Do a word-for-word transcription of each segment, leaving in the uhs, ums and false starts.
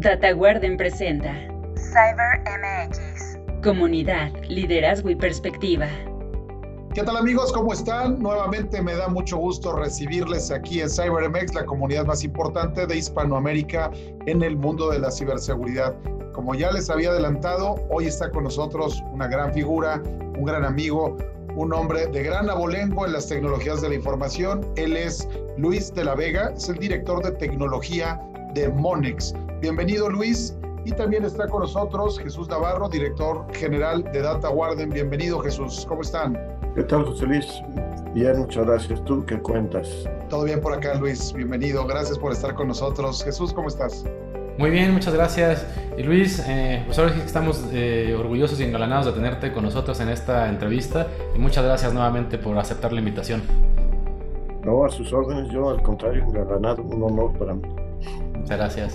DataGuarden presenta CyberMX. Comunidad, liderazgo y perspectiva. ¿Qué tal, amigos? ¿Cómo están? Nuevamente me da mucho gusto recibirles aquí en CyberMX, la comunidad más importante de Hispanoamérica en el mundo de la ciberseguridad. Como ya les había adelantado, hoy está con nosotros una gran figura, un gran amigo, un hombre de gran abolengo en las tecnologías de la información. Él es Luis de la Vega, es el director de tecnología de Monex. Bienvenido, Luis. Y también está con nosotros Jesús Navarro, director general de DataGuarden. Bienvenido, Jesús. ¿Cómo están? ¿Qué tal, José Luis? Bien, muchas gracias. ¿Tú qué cuentas? Todo bien por acá, Luis. Bienvenido. Gracias por estar con nosotros. Jesús, ¿cómo estás? Muy bien, muchas gracias. Y Luis, eh, pues ahora sí que estamos eh, orgullosos y engalanados de tenerte con nosotros en esta entrevista. Y muchas gracias nuevamente por aceptar la invitación. No, a sus órdenes. Yo, al contrario, engalanado. Un honor para mí. Muchas gracias.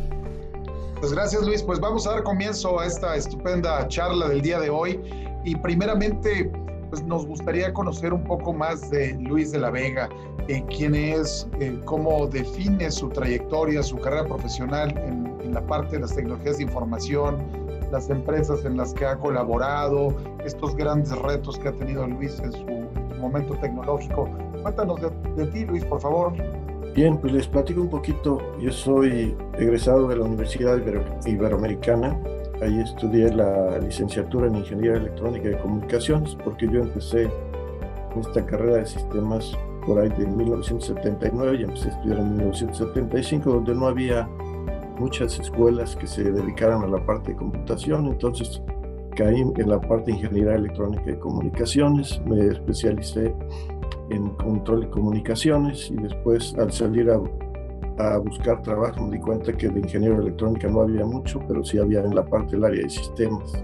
Pues gracias, Luis. Pues vamos a dar comienzo a esta estupenda charla del día de hoy. Y primeramente, pues nos gustaría conocer un poco más de Luis de la Vega, eh, quién es, eh, cómo define su trayectoria, su carrera profesional en, en la parte de las tecnologías de información, las empresas en las que ha colaborado, estos grandes retos que ha tenido Luis en su, en su momento tecnológico. Cuéntanos de, de ti, Luis, por favor. Bien, pues les platico un poquito. Yo soy egresado de la Universidad Ibero- Iberoamericana. Ahí estudié la licenciatura en Ingeniería Electrónica y Comunicaciones, porque yo empecé en esta carrera de sistemas por ahí de mil novecientos setenta y nueve y empecé a estudiar en mil novecientos setenta y cinco, donde no había muchas escuelas que se dedicaran a la parte de computación. Entonces caí en la parte de Ingeniería Electrónica y Comunicaciones, me especialicé en control y comunicaciones, y después, al salir a a buscar trabajo, me di cuenta que de ingeniero electrónica no había mucho, pero sí había en la parte del área de sistemas.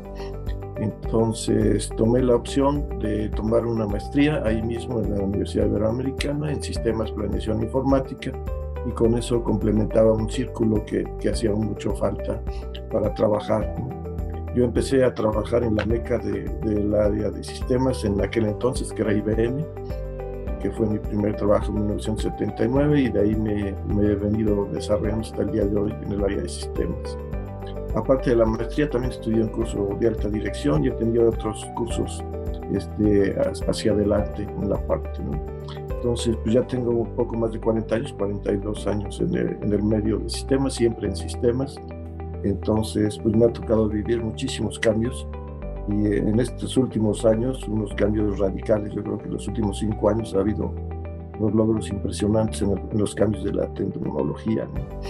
Entonces tomé la opción de tomar una maestría ahí mismo en la Universidad Iberoamericana en sistemas, planeación informática, y con eso complementaba un círculo que, que hacía mucho falta para trabajar, ¿no? Yo empecé a trabajar en la meca de, del área de sistemas en aquel entonces, que era I B M, que fue mi primer trabajo en mil novecientos setenta y nueve, y de ahí me, me he venido desarrollando hasta el día de hoy en el área de sistemas. Aparte de la maestría, también estudié un curso de alta dirección y he tenido otros cursos este, hacia adelante en la parte, ¿no? Entonces, pues ya tengo un poco más de cuarenta años, cuarenta y dos años en el, en el medio de sistemas, siempre en sistemas. Entonces, pues me ha tocado vivir muchísimos cambios. Y en estos últimos años, unos cambios radicales. Yo creo que en los últimos cinco años ha habido unos logros impresionantes en, el, en los cambios de la tecnología,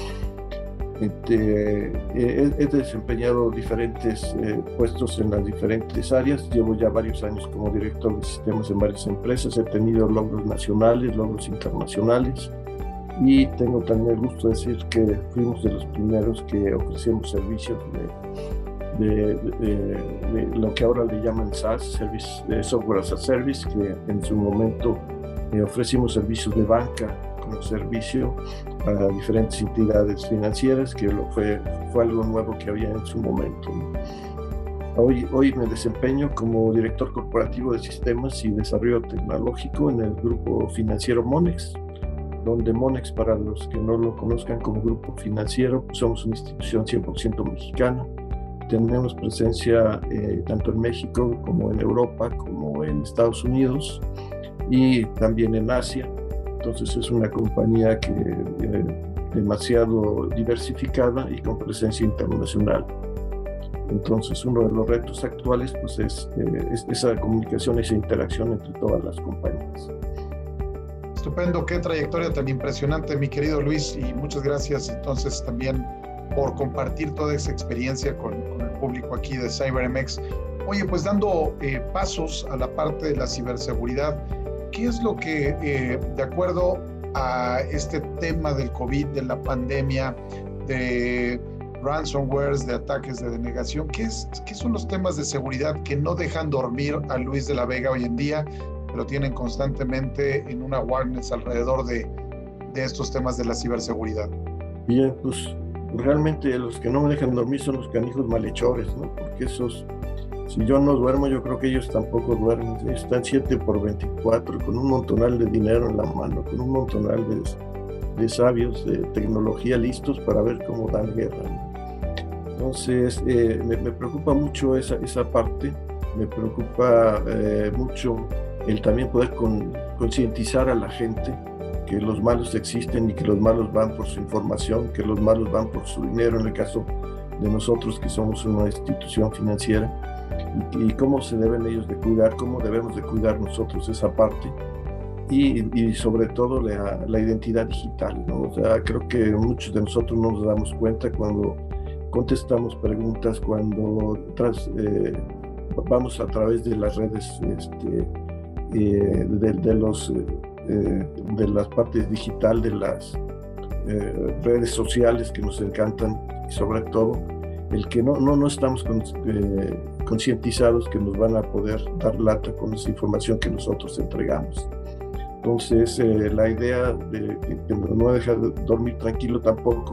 ¿no? Este, he, he desempeñado diferentes eh, puestos en las diferentes áreas. Llevo ya varios años como director de sistemas en varias empresas. He tenido logros nacionales, logros internacionales. Y tengo también el gusto de decir que fuimos de los primeros que ofrecemos servicios de De, de, de lo que ahora le llaman SaaS, Service, de Software as a Service, que en su momento eh, ofrecimos servicios de banca como servicio a diferentes entidades financieras, que lo fue, fue algo nuevo que había en su momento, ¿no? Hoy, hoy me desempeño como director corporativo de sistemas y desarrollo tecnológico en el grupo financiero Monex, donde Monex, para los que no lo conozcan como grupo financiero, pues somos una institución cien por ciento mexicana. Tenemos presencia eh, tanto en México como en Europa, como en Estados Unidos y también en Asia. Entonces es una compañía que eh, demasiado diversificada y con presencia internacional. Entonces uno de los retos actuales pues es, eh, es esa comunicación, esa interacción entre todas las compañías. Estupendo, qué trayectoria tan impresionante, mi querido Luis, y muchas gracias entonces también por compartir toda esa experiencia con, con el público aquí de CyberMX. Oye, pues dando eh, pasos a la parte de la ciberseguridad, ¿qué es lo que, eh, de acuerdo a este tema del COVID, de la pandemia, de ransomwares, de ataques de denegación, ¿qué, es, qué son los temas de seguridad que no dejan dormir a Luis de la Vega hoy en día, pero tienen constantemente en una awareness alrededor de, de estos temas de la ciberseguridad? Bien, pues realmente los que no me dejan dormir son los canijos malhechores, ¿no? Porque esos, si yo no duermo, yo creo que ellos tampoco duermen. Están siete por veinticuatro, con un montonal de dinero en la mano, con un montonal de, de sabios de tecnología listos para ver cómo dan guerra, ¿no? Entonces, eh, me, me preocupa mucho esa, esa parte, me preocupa eh, mucho el también poder con, concientizar a la gente que los malos existen y que los malos van por su información, que los malos van por su dinero, en el caso de nosotros que somos una institución financiera, y, y cómo se deben ellos de cuidar, cómo debemos de cuidar nosotros esa parte, y, y sobre todo la, la identidad digital, ¿no? O sea, creo que muchos de nosotros no nos damos cuenta cuando contestamos preguntas, cuando tras, eh, vamos a través de las redes, este, eh, de, de, los, eh, de las partes digital, de las eh, redes sociales que nos encantan, y sobre todo el que no, no, no estamos con, eh, concientizados que nos van a poder dar lata con esa información que nosotros entregamos. Entonces, eh, la idea de que no dejar de dormir tranquilo tampoco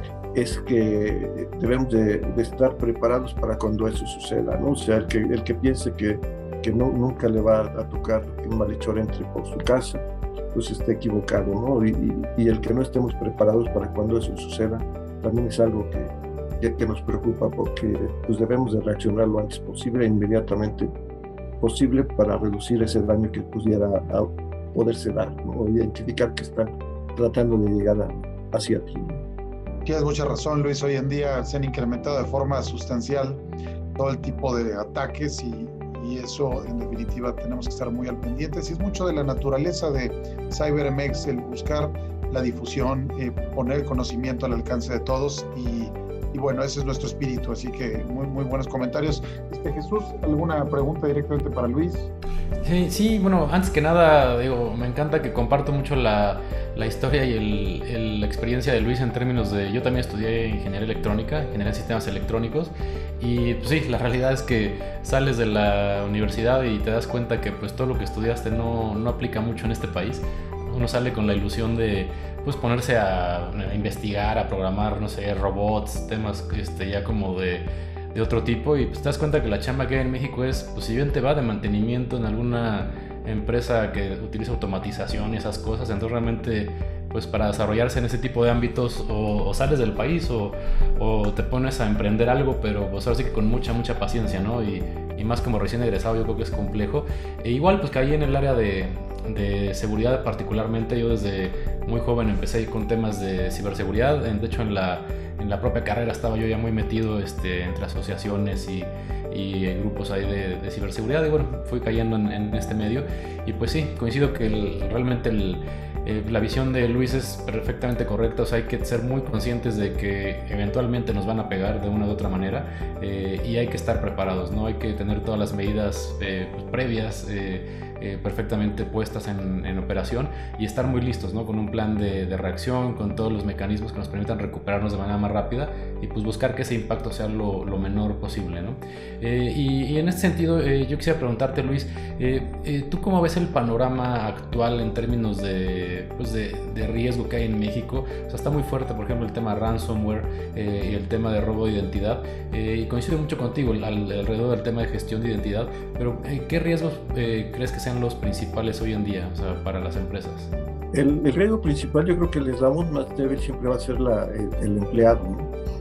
es que debemos de, de estar preparados para cuando eso suceda, ¿no? O sea, el que, el que piense que, que no, nunca le va a tocar que un malhechor entre por su casa, pues está equivocado, ¿no? Y, y, y el que no estemos preparados para cuando eso suceda también es algo que, que, que nos preocupa, porque pues debemos de reaccionar lo antes posible e inmediatamente posible para reducir ese daño que pudiera a poderse dar, ¿no? Identificar que están tratando de llegar a, hacia ti, ¿no? Tienes mucha razón, Luis. Hoy en día se han incrementado de forma sustancial todo el tipo de ataques y, y eso, en definitiva, tenemos que estar muy al pendiente. Y es mucho de la naturaleza de CyberMX el buscar la difusión, eh, poner el conocimiento al alcance de todos y, y bueno, ese es nuestro espíritu. Así que muy, muy buenos comentarios. Este, Jesús, ¿alguna pregunta directamente para Luis? Sí, sí, bueno, antes que nada, digo, me encanta que comparto mucho la, la historia y el, el, la experiencia de Luis en términos de... Yo también estudié ingeniería electrónica, ingeniería en sistemas electrónicos, y pues sí, la realidad es que sales de la universidad y te das cuenta que pues todo lo que estudiaste no, no aplica mucho en este país. Uno sale con la ilusión de pues ponerse a, a investigar, a programar, no sé, robots, temas este, ya como de... de otro tipo, y pues te das cuenta que la chamba que hay en México es, pues si bien te va de mantenimiento en alguna empresa que utiliza automatización y esas cosas, entonces realmente pues para desarrollarse en ese tipo de ámbitos o, o sales del país o, o te pones a emprender algo, pero pues ahora sí que con mucha mucha paciencia, ¿no? Y, y más como recién egresado yo creo que es complejo. E igual pues caí en el área de, de seguridad particularmente. Yo desde muy joven empecé con temas de ciberseguridad, de hecho en la En la propia carrera estaba yo ya muy metido este, entre asociaciones y, y en grupos ahí de, de ciberseguridad, y bueno, fui cayendo en, en este medio, y pues sí, coincido que el, realmente el, eh, la visión de Luis es perfectamente correcta. O sea, hay que ser muy conscientes de que eventualmente nos van a pegar de una u otra manera, eh, y hay que estar preparados, ¿no? Hay que tener todas las medidas eh, pues, previas, eh, Eh, perfectamente puestas en, en operación, y estar muy listos, ¿no? Con un plan de, de reacción, con todos los mecanismos que nos permitan recuperarnos de manera más rápida, y pues buscar que ese impacto sea lo, lo menor posible, ¿no? Eh, y, y en este sentido eh, yo quisiera preguntarte, Luis, eh, eh, ¿tú cómo ves el panorama actual en términos de, pues de, de riesgo que hay en México? O sea, está muy fuerte, por ejemplo, el tema de ransomware eh, y el tema de robo de identidad, eh, y coincido mucho contigo al, alrededor del tema de gestión de identidad, pero eh, ¿qué riesgos eh, crees que sean los principales hoy en día, o sea, para las empresas? El, el riesgo principal, yo creo que el eslabón más débil siempre va a ser la, el, el empleado, ¿no?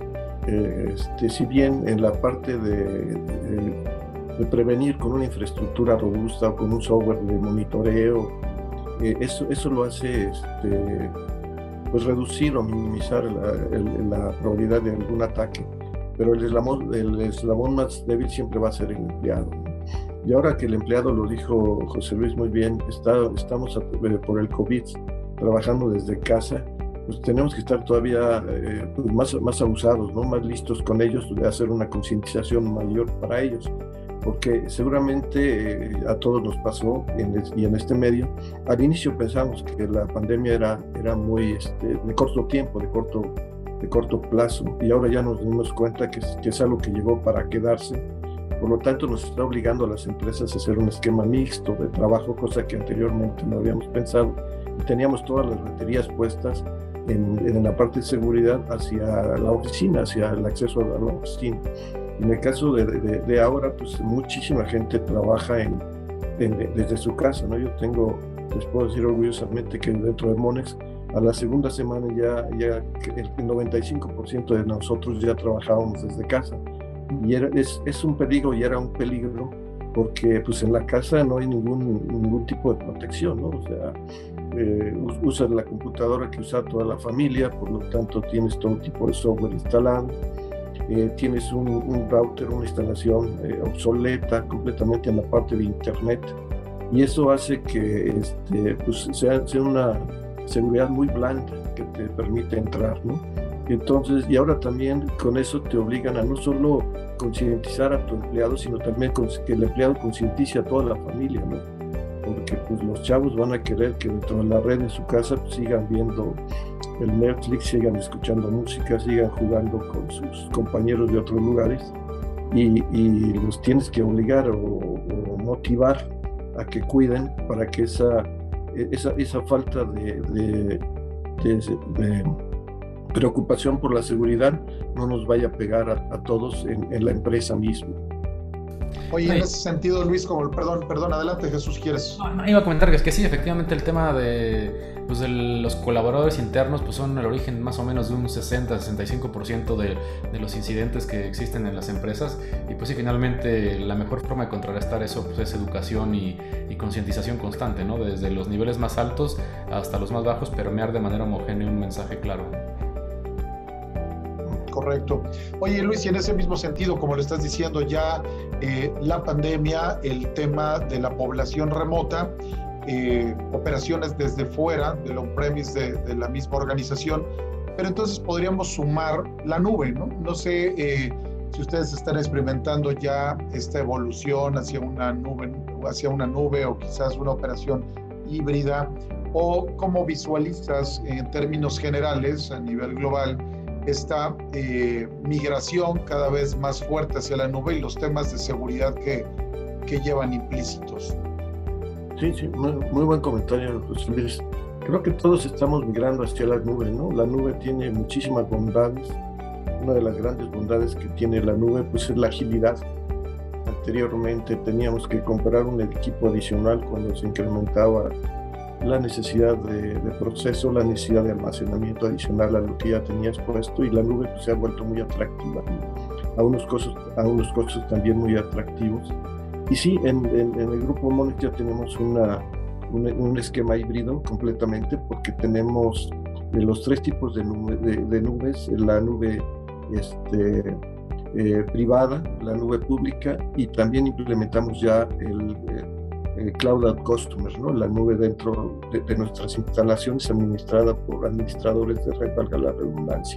Eh, este, si bien en la parte de, de, de prevenir con una infraestructura robusta o con un software de monitoreo, eh, eso, eso lo hace este, pues reducir o minimizar la, el, la probabilidad de algún ataque, pero el eslabón, el eslabón más débil siempre va a ser el empleado, ¿no? Y ahora que el empleado, lo dijo José Luis muy bien, está, estamos a, eh, por el COVID trabajando desde casa, pues tenemos que estar todavía eh, pues más, más abusados, ¿no? Más listos con ellos, de hacer una concientización mayor para ellos, porque seguramente eh, a todos nos pasó, en el, y en este medio, al inicio pensamos que la pandemia era, era muy este, de corto tiempo, de corto, de corto plazo, y ahora ya nos dimos cuenta que, que es algo que llegó para quedarse. Por lo tanto, nos está obligando a las empresas a hacer un esquema mixto de trabajo, cosa que anteriormente no habíamos pensado. Y teníamos todas las baterías puestas en, en la parte de seguridad hacia la oficina, hacia el acceso a la oficina. En el caso de, de, de ahora, pues muchísima gente trabaja en, en, desde su casa, ¿no? Yo tengo, les puedo decir orgullosamente que dentro de Monex A la segunda semana ya, ya el noventa y cinco por ciento de nosotros ya trabajábamos desde casa. Y era, es, es un peligro y era un peligro porque pues en la casa no hay ningún, ningún tipo de protección, ¿no? O sea, eh, usas la computadora que usa toda la familia, por lo tanto tienes todo tipo de software instalado, eh, tienes un, un router, una instalación eh, obsoleta completamente en la parte de internet, y eso hace que este, pues sea, sea una seguridad muy blanda que te permite entrar, ¿no? Entonces, y ahora también con eso te obligan a no solo concientizar a tu empleado, sino también que el empleado concientice a toda la familia, ¿no? Porque pues los chavos van a querer que dentro de la red de su casa pues, sigan viendo el Netflix, sigan escuchando música, sigan jugando con sus compañeros de otros lugares, y, y los tienes que obligar o, o motivar a que cuiden para que esa, esa, esa falta de, de, de, de preocupación por la seguridad no nos vaya a pegar a, a todos en, en la empresa misma. Oye, en ese sentido, Luis, como, perdón, perdón, adelante, Jesús, ¿quieres? No, no, iba a comentar que es que sí, efectivamente el tema de, pues, de los colaboradores internos pues son el origen más o menos de un sesenta a sesenta y cinco por ciento de, de los incidentes que existen en las empresas, y pues sí, finalmente la mejor forma de contrarrestar eso pues, es educación y, y concientización constante, ¿no? Desde los niveles más altos hasta los más bajos, permear de manera homogénea un mensaje claro. Correcto. Oye, Luis, y en ese mismo sentido, como le estás diciendo, ya eh, la pandemia, el tema de la población remota, eh, operaciones desde fuera del on-premise de, de la misma organización, pero entonces podríamos sumar la nube, ¿no? No sé eh, si ustedes están experimentando ya esta evolución hacia una nube, hacia una nube o quizás una operación híbrida, o cómo visualizas en términos generales a nivel global esta eh, migración cada vez más fuerte hacia la nube y los temas de seguridad que, que llevan implícitos. Sí, sí, muy, muy buen comentario, José Luis. Creo que todos estamos migrando hacia la nube, ¿no? La nube tiene muchísimas bondades. Una de las grandes bondades que tiene la nube pues, es la agilidad. Anteriormente teníamos que comprar un equipo adicional cuando se incrementaba la necesidad de, de proceso, la necesidad de almacenamiento adicional a lo que ya tenías puesto, y la nube pues, se ha vuelto muy atractiva, ¿no? a, unos costos, a unos costos también muy atractivos. Y sí, en, en, en el grupo Monex ya tenemos una, un, un esquema híbrido completamente, porque tenemos de los tres tipos de, nube, de, de nubes, la nube este, eh, privada, la nube pública, y también implementamos ya el, el Eh, Cloud at Customers, ¿no? La nube dentro de, de nuestras instalaciones administrada por administradores de red, valga la redundancia.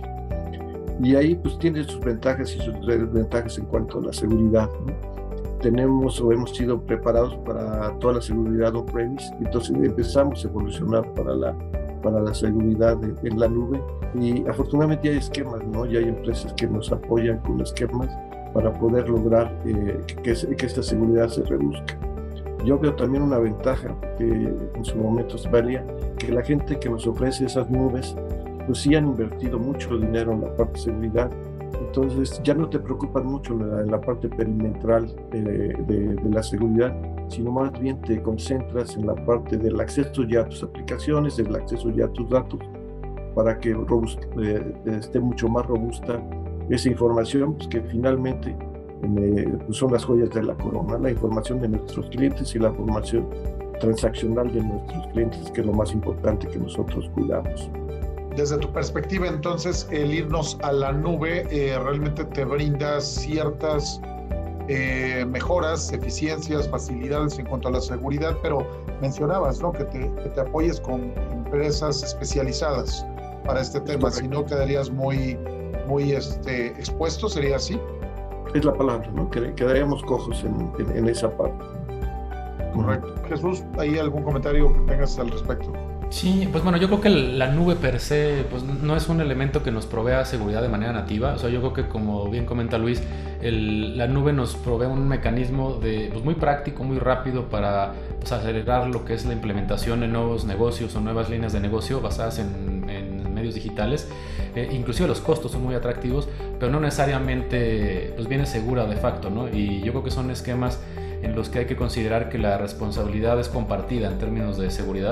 Y ahí pues tiene sus ventajas y sus desventajas en cuanto a la seguridad, ¿no? Tenemos o hemos sido preparados para toda la seguridad on-premise, entonces empezamos a evolucionar para la, para la seguridad de, en la nube, y afortunadamente hay esquemas, ¿no? Ya hay empresas que nos apoyan con esquemas para poder lograr eh, que, que esta seguridad se reduzca. Yo veo también una ventaja que en su momento se valía, que la gente que nos ofrece esas nubes, pues sí han invertido mucho dinero en la parte de seguridad, entonces ya no te preocupas mucho en la, en la parte perimetral de, de, de la seguridad, sino más bien te concentras en la parte del acceso ya a tus aplicaciones, del acceso ya a tus datos, para que robust, eh, esté mucho más robusta esa información, pues que finalmente pues son las joyas de la corona, la información de nuestros clientes y la información transaccional de nuestros clientes, que es lo más importante que nosotros cuidamos. Desde tu perspectiva, entonces, el irnos a la nube eh, realmente te brinda ciertas eh, mejoras, eficiencias, facilidades en cuanto a la seguridad, pero mencionabas, ¿no? que, te, que te apoyes con empresas especializadas para este tema, si no quedarías muy, muy este, expuesto, ¿sería así? Es la palabra, ¿no? Quedaríamos cojos en, en, en esa parte. Correcto. Jesús, ¿hay algún comentario que tengas al respecto? Sí, pues bueno, yo creo que la nube per se pues no es un elemento que nos provea seguridad de manera nativa. O sea, yo creo que, como bien comenta Luis, el, la nube nos provee un mecanismo de, pues muy práctico, muy rápido para pues, acelerar lo que es la implementación de nuevos negocios o nuevas líneas de negocio basadas en, en medios digitales. Eh, inclusive los costos son muy atractivos, pero no necesariamente pues viene segura de facto, ¿no? Y yo creo que son esquemas en los que hay que considerar que la responsabilidad es compartida en términos de seguridad,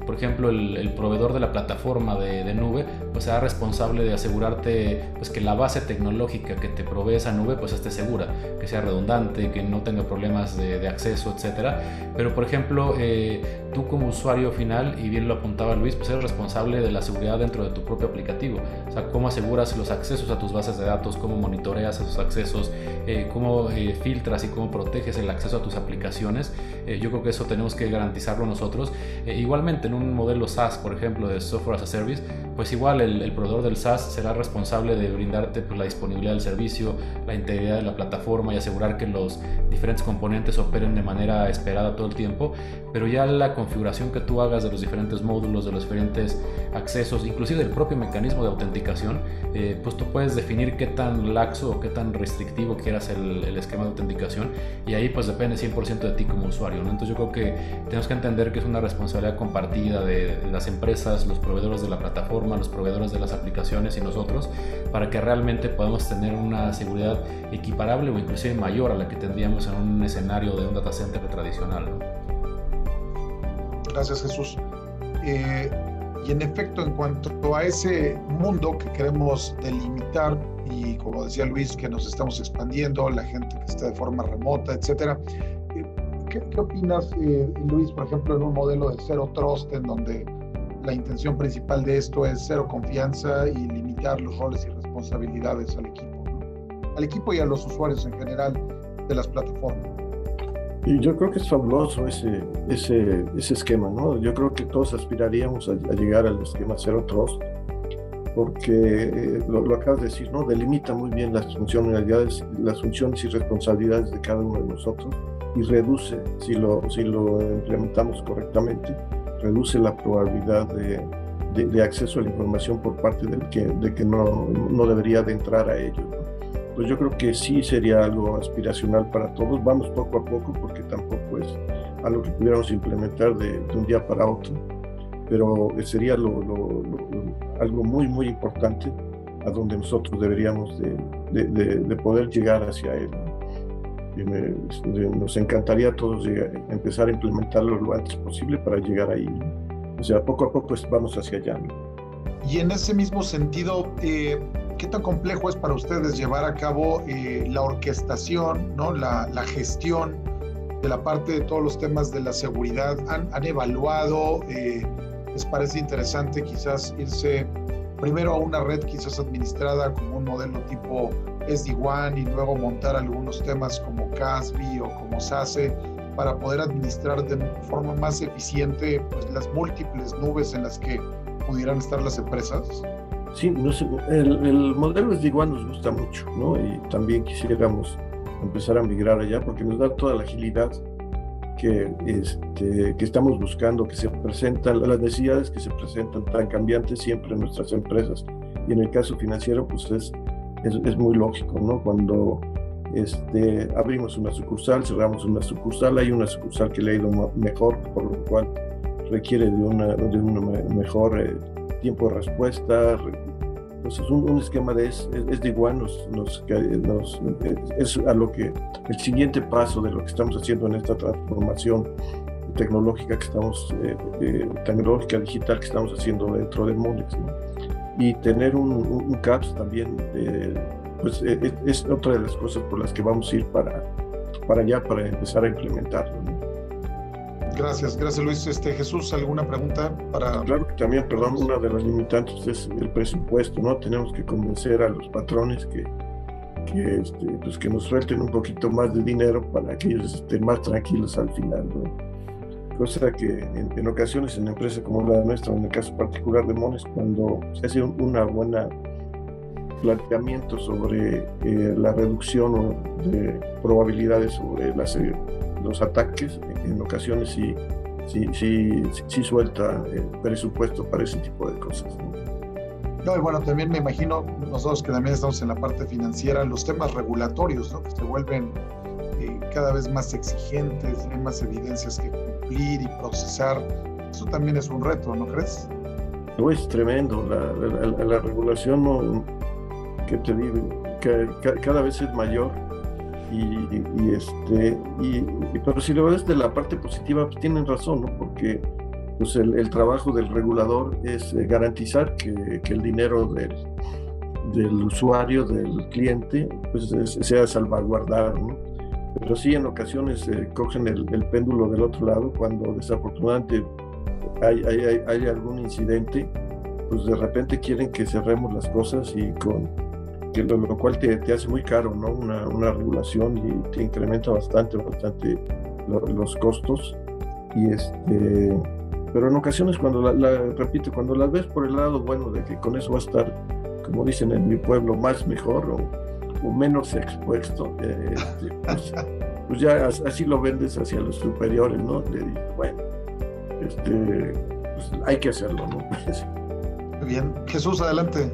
por ejemplo, el, el proveedor de la plataforma de, de nube, pues será responsable de asegurarte pues, que la base tecnológica que te provee esa nube pues esté segura, que sea redundante, que no tenga problemas de, de acceso, etcétera. Pero, por ejemplo, eh, tú como usuario final, y bien lo apuntaba Luis, pues eres responsable de la seguridad dentro de tu propio aplicativo. O sea, cómo aseguras los accesos a tus bases de datos, cómo monitoreas esos accesos, eh, cómo eh, filtras y cómo proteges el acceso a tus aplicaciones. Eh, yo creo que eso tenemos que garantizarlo nosotros. Eh, igualmente, en un modelo SaaS, por ejemplo, de Software as a Service, pues igual el, el proveedor del SaaS será responsable de brindarte pues, la disponibilidad del servicio, la integridad de la plataforma y asegurar que los diferentes componentes operen de manera esperada todo el tiempo. Pero ya la configuración que tú hagas de los diferentes módulos, de los diferentes accesos, inclusive del propio mecanismo de autenticación, eh, pues tú puedes definir qué tan laxo o qué tan restrictivo quieras el, el esquema de autenticación, y ahí pues depende cien por ciento de ti como usuario, ¿no? Entonces yo creo que tenemos que entender que es una responsabilidad compartida de, de las empresas, los proveedores de la plataforma, los proveedores de las aplicaciones y nosotros, para que realmente podamos tener una seguridad equiparable o inclusive mayor a la que tendríamos en un escenario de un data center tradicional, ¿no? Gracias, Jesús. Eh, y en efecto, en cuanto a ese mundo que queremos delimitar, y como decía Luis, que nos estamos expandiendo, la gente que está de forma remota, etcétera, eh, ¿qué, qué opinas, eh, Luis, por ejemplo, en un modelo de Zero Trust, en donde la intención principal de esto es cero confianza y limitar los roles y responsabilidades al equipo, ¿no? Al equipo y a los usuarios en general de las plataformas? Y yo creo que es fabuloso ese, ese, ese esquema, ¿no? Yo creo que todos aspiraríamos a, a llegar al esquema Zero Trust, porque eh, lo, lo acabas de decir, ¿no? Delimita muy bien las funcionalidades, las funciones y responsabilidades de cada uno de nosotros, y reduce, si lo, si lo implementamos correctamente, reduce la probabilidad de, de, de acceso a la información por parte del que, de que no, no debería de entrar a ello, ¿no? Pues yo creo que sí sería algo aspiracional para todos. Vamos poco a poco, porque tampoco es algo que pudiéramos implementar de, de un día para otro, pero sería lo, lo, lo, algo muy muy importante a donde nosotros deberíamos de, de, de, de poder llegar hacia él. Y me, nos encantaría a todos llegar, empezar a implementarlo lo antes posible para llegar ahí. O sea, poco a poco pues, vamos hacia allá, ¿no? Y en ese mismo sentido, eh, ¿qué tan complejo es para ustedes llevar a cabo eh, la orquestación, ¿no? la, la gestión de la parte de todos los temas de la seguridad? ¿Han, han evaluado? Eh, ¿Les parece interesante quizás irse primero a una red quizás administrada como un modelo tipo S D WAN y luego montar algunos temas como C A S B o como SASE para poder administrar de forma más eficiente pues, las múltiples nubes en las que pudieran estar las empresas? Sí, no sé, el, el modelo S D WAN nos gusta mucho, ¿no? Y también quisiéramos empezar a migrar allá porque nos da toda la agilidad que, este, que estamos buscando, que se presentan, las necesidades que se presentan tan cambiantes siempre en nuestras empresas. Y en el caso financiero, pues es, es, es muy lógico, ¿no? Cuando este, abrimos una sucursal, cerramos una sucursal, hay una sucursal que le ha ido mejor, por lo cual requiere de, una, de un mejor eh, tiempo de respuesta. Entonces un, un esquema de S D WAN nos, nos, nos, es a lo que el siguiente paso de lo que estamos haciendo en esta transformación tecnológica que estamos eh, eh, tecnológica digital que estamos haciendo dentro de Monex, ¿no? Y tener un, un, un C A P S también eh, pues eh, es otra de las cosas por las que vamos a ir para, para allá para empezar a implementarlo, ¿no? Gracias, gracias Luis. Este, Jesús, ¿alguna pregunta para...? Claro que también, perdón, una de las limitantes es el presupuesto, ¿no? Tenemos que convencer a los patrones que, que, este, pues que nos suelten un poquito más de dinero para que ellos estén más tranquilos al final, ¿no? Cosa que en, en ocasiones en una empresa como la nuestra, en el caso particular de Monex, cuando se hace un, una buena planteamiento sobre eh, la reducción de probabilidades sobre las, eh, los ataques, en ocasiones sí, sí, sí, sí suelta el presupuesto para ese tipo de cosas, ¿no? No, y bueno, también me imagino, nosotros que también estamos en la parte financiera, los temas regulatorios, ¿no? Que se vuelven eh, cada vez más exigentes, hay más evidencias que cumplir y procesar. Eso también es un reto, ¿no crees? No, es tremendo, la, la, la, la regulación, no, que te digo, que, que cada vez es mayor. Y, y este y, y pero si lo ves de la parte positiva, pues tienen razón, ¿no? Porque pues el, el trabajo del regulador es eh, garantizar que, que el dinero del, del usuario, del cliente, pues es, sea salvaguardado, ¿no? Pero sí, en ocasiones eh, cogen el, el péndulo del otro lado cuando desafortunadamente hay, hay, hay, hay algún incidente, pues de repente quieren que cerremos las cosas y con que lo, lo cual te, te hace muy caro, ¿no? Una, una regulación y te incrementa bastante, bastante lo, los costos. Y este, pero en ocasiones cuando la, la, repito, cuando las ves por el lado bueno de que con eso va a estar, como dicen en mi pueblo, más mejor o, o menos expuesto, eh, este, pues, pues ya así lo vendes hacia los superiores, ¿no? Le dices, bueno, este, pues hay que hacerlo, ¿no? Muy bien. Jesús, adelante.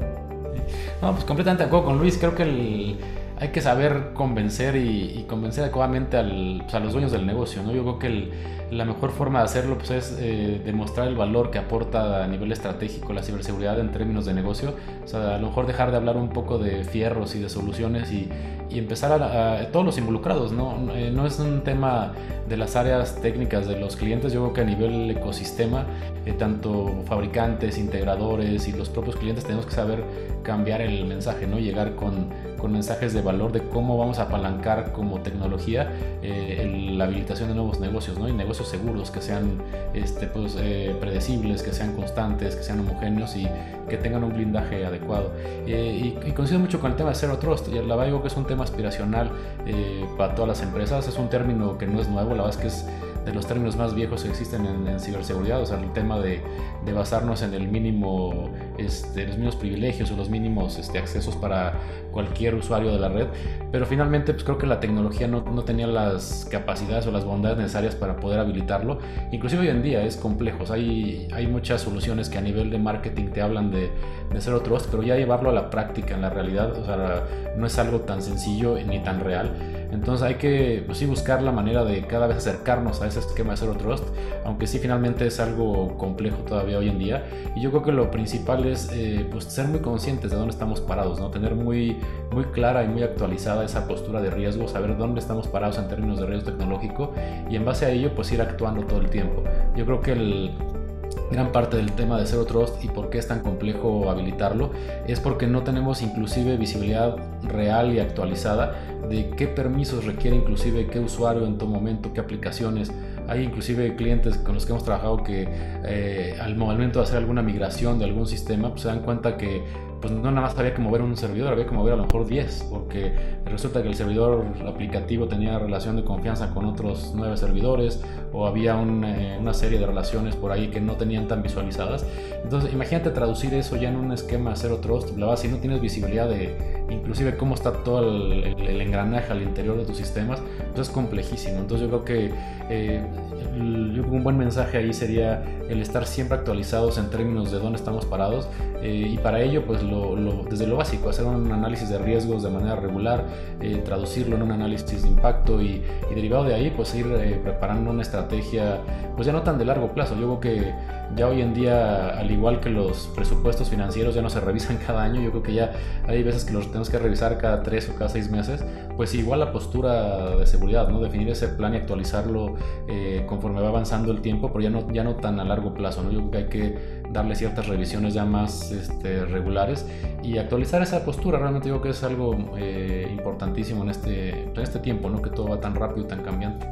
No, pues completamente de acuerdo con Luis. Creo que el, hay que saber convencer y, y convencer adecuadamente al, pues a los dueños del negocio, ¿no? Yo creo que el, la mejor forma de hacerlo pues, es eh, demostrar el valor que aporta a nivel estratégico la ciberseguridad en términos de negocio. O sea, a lo mejor dejar de hablar un poco de fierros y de soluciones y, y empezar a, a todos los involucrados, ¿no? Eh, no es un tema de las áreas técnicas de los clientes. Yo creo que a nivel ecosistema, eh, tanto fabricantes, integradores y los propios clientes tenemos que saber cambiar el mensaje, ¿no? Llegar con, con mensajes de valor de cómo vamos a apalancar como tecnología eh, el, la habilitación de nuevos negocios, ¿no? Y negocios seguros, que sean este, pues, eh, predecibles, que sean constantes, que sean homogéneos y que tengan un blindaje adecuado. Eh, y, y coincido mucho con el tema de Zero Trust. Y la verdad digo que es un tema aspiracional eh, para todas las empresas. Es un término que no es nuevo, la verdad es que es de los términos más viejos que existen en, en ciberseguridad. O sea, el tema de, de basarnos en el mínimo, este, los mínimos privilegios o los mínimos este, accesos para cualquier usuario de la red. Pero finalmente pues creo que la tecnología no, no tenía las capacidades o las bondades necesarias para poder habilitarlo. Inclusive hoy en día es complejo. O sea, hay, hay muchas soluciones que a nivel de marketing te hablan de, de Zero Trust, pero ya llevarlo a la práctica, en la realidad, o sea, no es algo tan sencillo ni tan real. Entonces hay que pues sí, buscar la manera de cada vez acercarnos a ese esquema de Zero Trust, aunque sí finalmente es algo complejo todavía hoy en día. Y yo creo que lo principal es eh, pues ser muy conscientes de dónde estamos parados, ¿no? Tener muy, muy clara y muy actualizada esa postura de riesgo, saber dónde estamos parados en términos de riesgo tecnológico y en base a ello pues ir actuando todo el tiempo. Yo creo que el gran parte del tema de Zero Trust y por qué es tan complejo habilitarlo es porque no tenemos inclusive visibilidad real y actualizada de qué permisos requiere inclusive qué usuario en todo momento, qué aplicaciones. Hay inclusive clientes con los que hemos trabajado que eh, al momento de hacer alguna migración de algún sistema pues se dan cuenta que pues no nada más había que mover un servidor, había que mover a lo mejor diez, porque resulta que el servidor aplicativo tenía relación de confianza con otros nueve servidores, o había un, eh, una serie de relaciones por ahí que no tenían tan visualizadas. Entonces imagínate traducir eso ya en un esquema Zero Trust, la verdad, si no tienes visibilidad de inclusive cómo está todo el, el, el engranaje al interior de tus sistemas, pues es complejísimo. Entonces yo creo que eh, el, yo creo que un buen mensaje ahí sería el estar siempre actualizados en términos de dónde estamos parados, eh, y para ello pues lo, lo, desde lo básico, hacer un análisis de riesgos de manera regular, eh, traducirlo en un análisis de impacto y, y derivado de ahí pues ir eh, preparando una estrategia pues ya no tan de largo plazo. Yo creo que ya hoy en día, al igual que los presupuestos financieros ya no se revisan cada año, yo creo que ya hay veces que los tenemos que revisar cada tres o cada seis meses, pues igual la postura de seguridad, ¿no? Definir ese plan y actualizarlo eh, conforme va avanzando el tiempo, pero ya no, ya no tan a largo plazo, ¿no? Yo creo que hay que darle ciertas revisiones ya más este, regulares y actualizar esa postura. Realmente yo creo que es algo eh, importantísimo en este, en este tiempo, ¿no? Que todo va tan rápido y tan cambiante.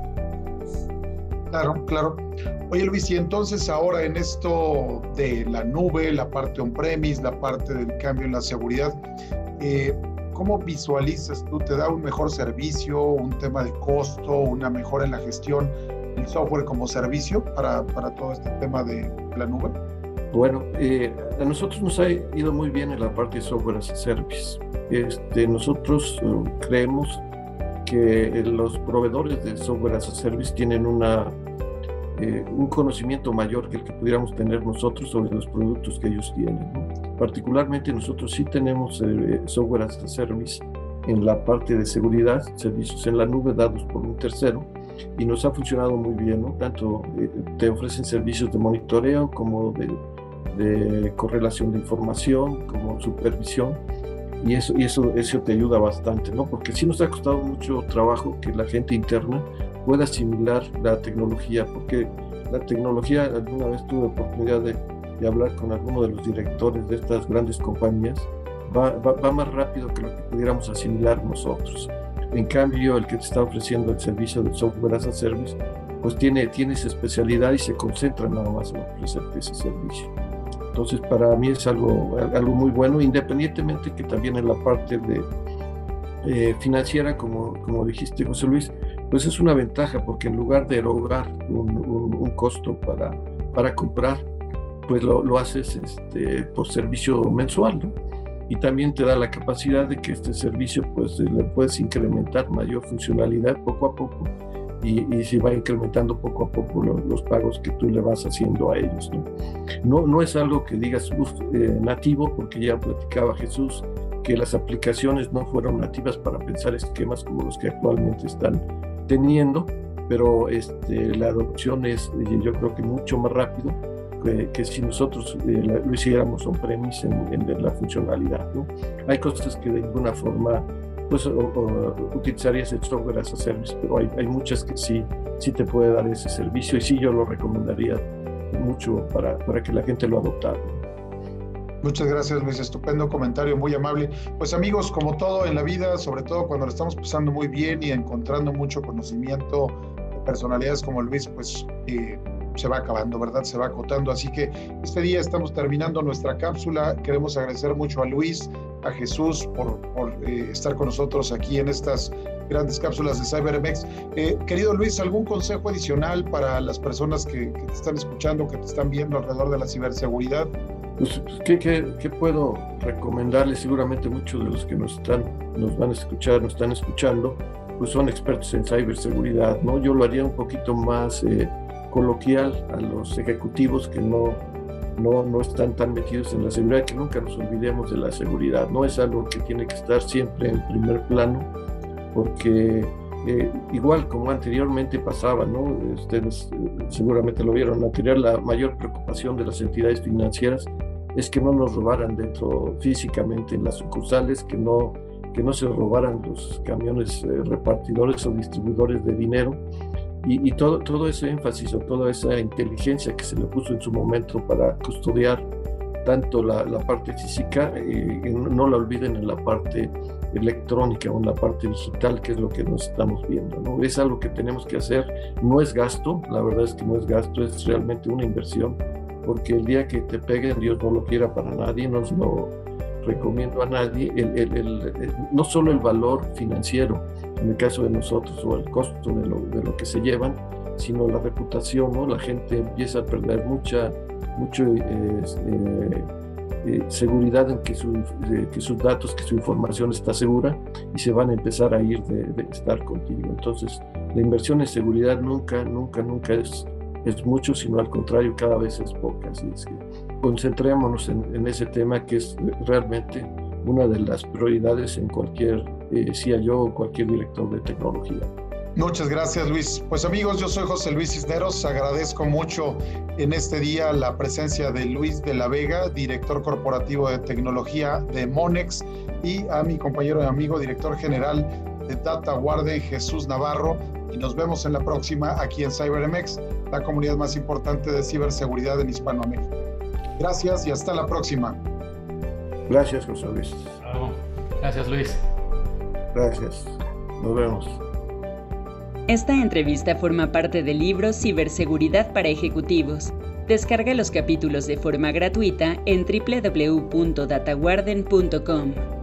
Claro, claro. Oye Luis, y entonces ahora en esto de la nube, la parte on-premise, la parte del cambio en la seguridad, eh, ¿cómo visualizas tú? ¿Te da un mejor servicio, un tema de costo, una mejora en la gestión, el software como servicio para, para todo este tema de la nube? Bueno, eh, a nosotros nos ha ido muy bien en la parte de software as a service. Este, nosotros uh, creemos que los proveedores de software as a service tienen una, eh, un conocimiento mayor que el que pudiéramos tener nosotros sobre los productos que ellos tienen, ¿no? Particularmente nosotros sí tenemos eh, software as a service en la parte de seguridad, servicios en la nube dados por un tercero, y nos ha funcionado muy bien, ¿no? Tanto eh, te ofrecen servicios de monitoreo como de, de correlación de información, como supervisión. Y eso, y eso, eso te ayuda bastante, ¿no? Porque sí nos ha costado mucho trabajo que la gente interna pueda asimilar la tecnología, porque la tecnología, alguna vez tuve oportunidad de, de hablar con alguno de los directores de estas grandes compañías, va, va, va más rápido que lo que pudiéramos asimilar nosotros. En cambio, el que te está ofreciendo el servicio de software as a service, pues tiene, tiene esa especialidad y se concentra nada más en ofrecerte ese servicio. Entonces, para mí es algo, algo muy bueno, independientemente que también en la parte de, eh, financiera, como, como dijiste, José Luis, pues es una ventaja, porque en lugar de erogar un, un, un costo para, para comprar, pues lo, lo haces este, por servicio mensual, ¿no? Y también te da la capacidad de que este servicio pues le puedes incrementar mayor funcionalidad poco a poco, y, y se va incrementando poco a poco los, los pagos que tú le vas haciendo a ellos, ¿no? No, no es algo que digas uf, eh, nativo, porque ya platicaba Jesús que las aplicaciones no fueron nativas para pensar esquemas como los que actualmente están teniendo, pero este, la adopción es, yo creo que mucho más rápido que, que si nosotros eh, la, lo hiciéramos on-premise en, en la funcionalidad, ¿no? Hay cosas que de alguna forma pues o, o, utilizarías el software as a service, pero hay, hay muchas que sí, sí te puede dar ese servicio, y sí yo lo recomendaría mucho para, para que la gente lo adoptara. Muchas gracias, Luis, estupendo comentario, muy amable. Pues amigos, como todo en la vida, sobre todo cuando lo estamos pasando muy bien y encontrando mucho conocimiento de personalidades como Luis, pues eh, se va acabando, ¿verdad? Se va acotando. Así que este día estamos terminando nuestra cápsula. Queremos agradecer mucho a Luis, a Jesús por, por eh, estar con nosotros aquí en estas grandes cápsulas de CyberMX. Eh, querido Luis, ¿algún consejo adicional para las personas que, que te están escuchando, que te están viendo alrededor de la ciberseguridad? Pues, ¿qué, qué, ¿qué puedo recomendarles? Seguramente muchos de los que nos están, nos van a escuchar, nos están escuchando, pues son expertos en ciberseguridad, ¿no? Yo lo haría un poquito más eh, coloquial a los ejecutivos que no, no, no están tan metidos en la seguridad, que nunca nos olvidemos de la seguridad, ¿no? Es algo que tiene que estar siempre en primer plano, porque eh, igual como anteriormente pasaba, ¿no? Ustedes eh, seguramente lo vieron, anterior la mayor preocupación de las entidades financieras es que no nos robaran dentro físicamente en las sucursales, que no, que no se robaran los camiones eh, repartidores o distribuidores de dinero, y, y todo, todo ese énfasis o toda esa inteligencia que se le puso en su momento para custodiar tanto la, la parte física, eh, no la olviden en la parte electrónica o en la parte digital, que es lo que nos estamos viendo, ¿no? Es algo que tenemos que hacer, no es gasto, la verdad es que no es gasto, es realmente una inversión, porque el día que te peguen, Dios no lo quiera para nadie, no lo recomiendo a nadie, el, el, el, el, no solo el valor financiero, en el caso de nosotros, o el costo de lo, de lo que se llevan, sino la reputación, ¿no? La gente empieza a perder mucha, mucho eh, eh, eh, seguridad en que, su, eh, que sus datos, que su información está segura, y se van a empezar a ir de, de estar contigo. Entonces, la inversión en seguridad nunca, nunca, nunca es, es mucho, sino al contrario, cada vez es poca. Así es que concentrémonos en, en ese tema, que es realmente una de las prioridades en cualquier eh, C I O o cualquier director de tecnología. Muchas gracias, Luis. Pues amigos, yo soy José Luis Cisneros, agradezco mucho en este día la presencia de Luis de la Vega, director corporativo de tecnología de Monex, y a mi compañero y amigo, director general de DataGuarden, Jesús Navarro, y nos vemos en la próxima aquí en CyberMX, la comunidad más importante de ciberseguridad en Hispanoamérica. Gracias y hasta la próxima. Gracias, José Luis. Gracias, Luis. Gracias. Nos vemos. Esta entrevista forma parte del libro Ciberseguridad para Ejecutivos. Descarga los capítulos de forma gratuita en doble u doble u doble u punto dataguarden punto com.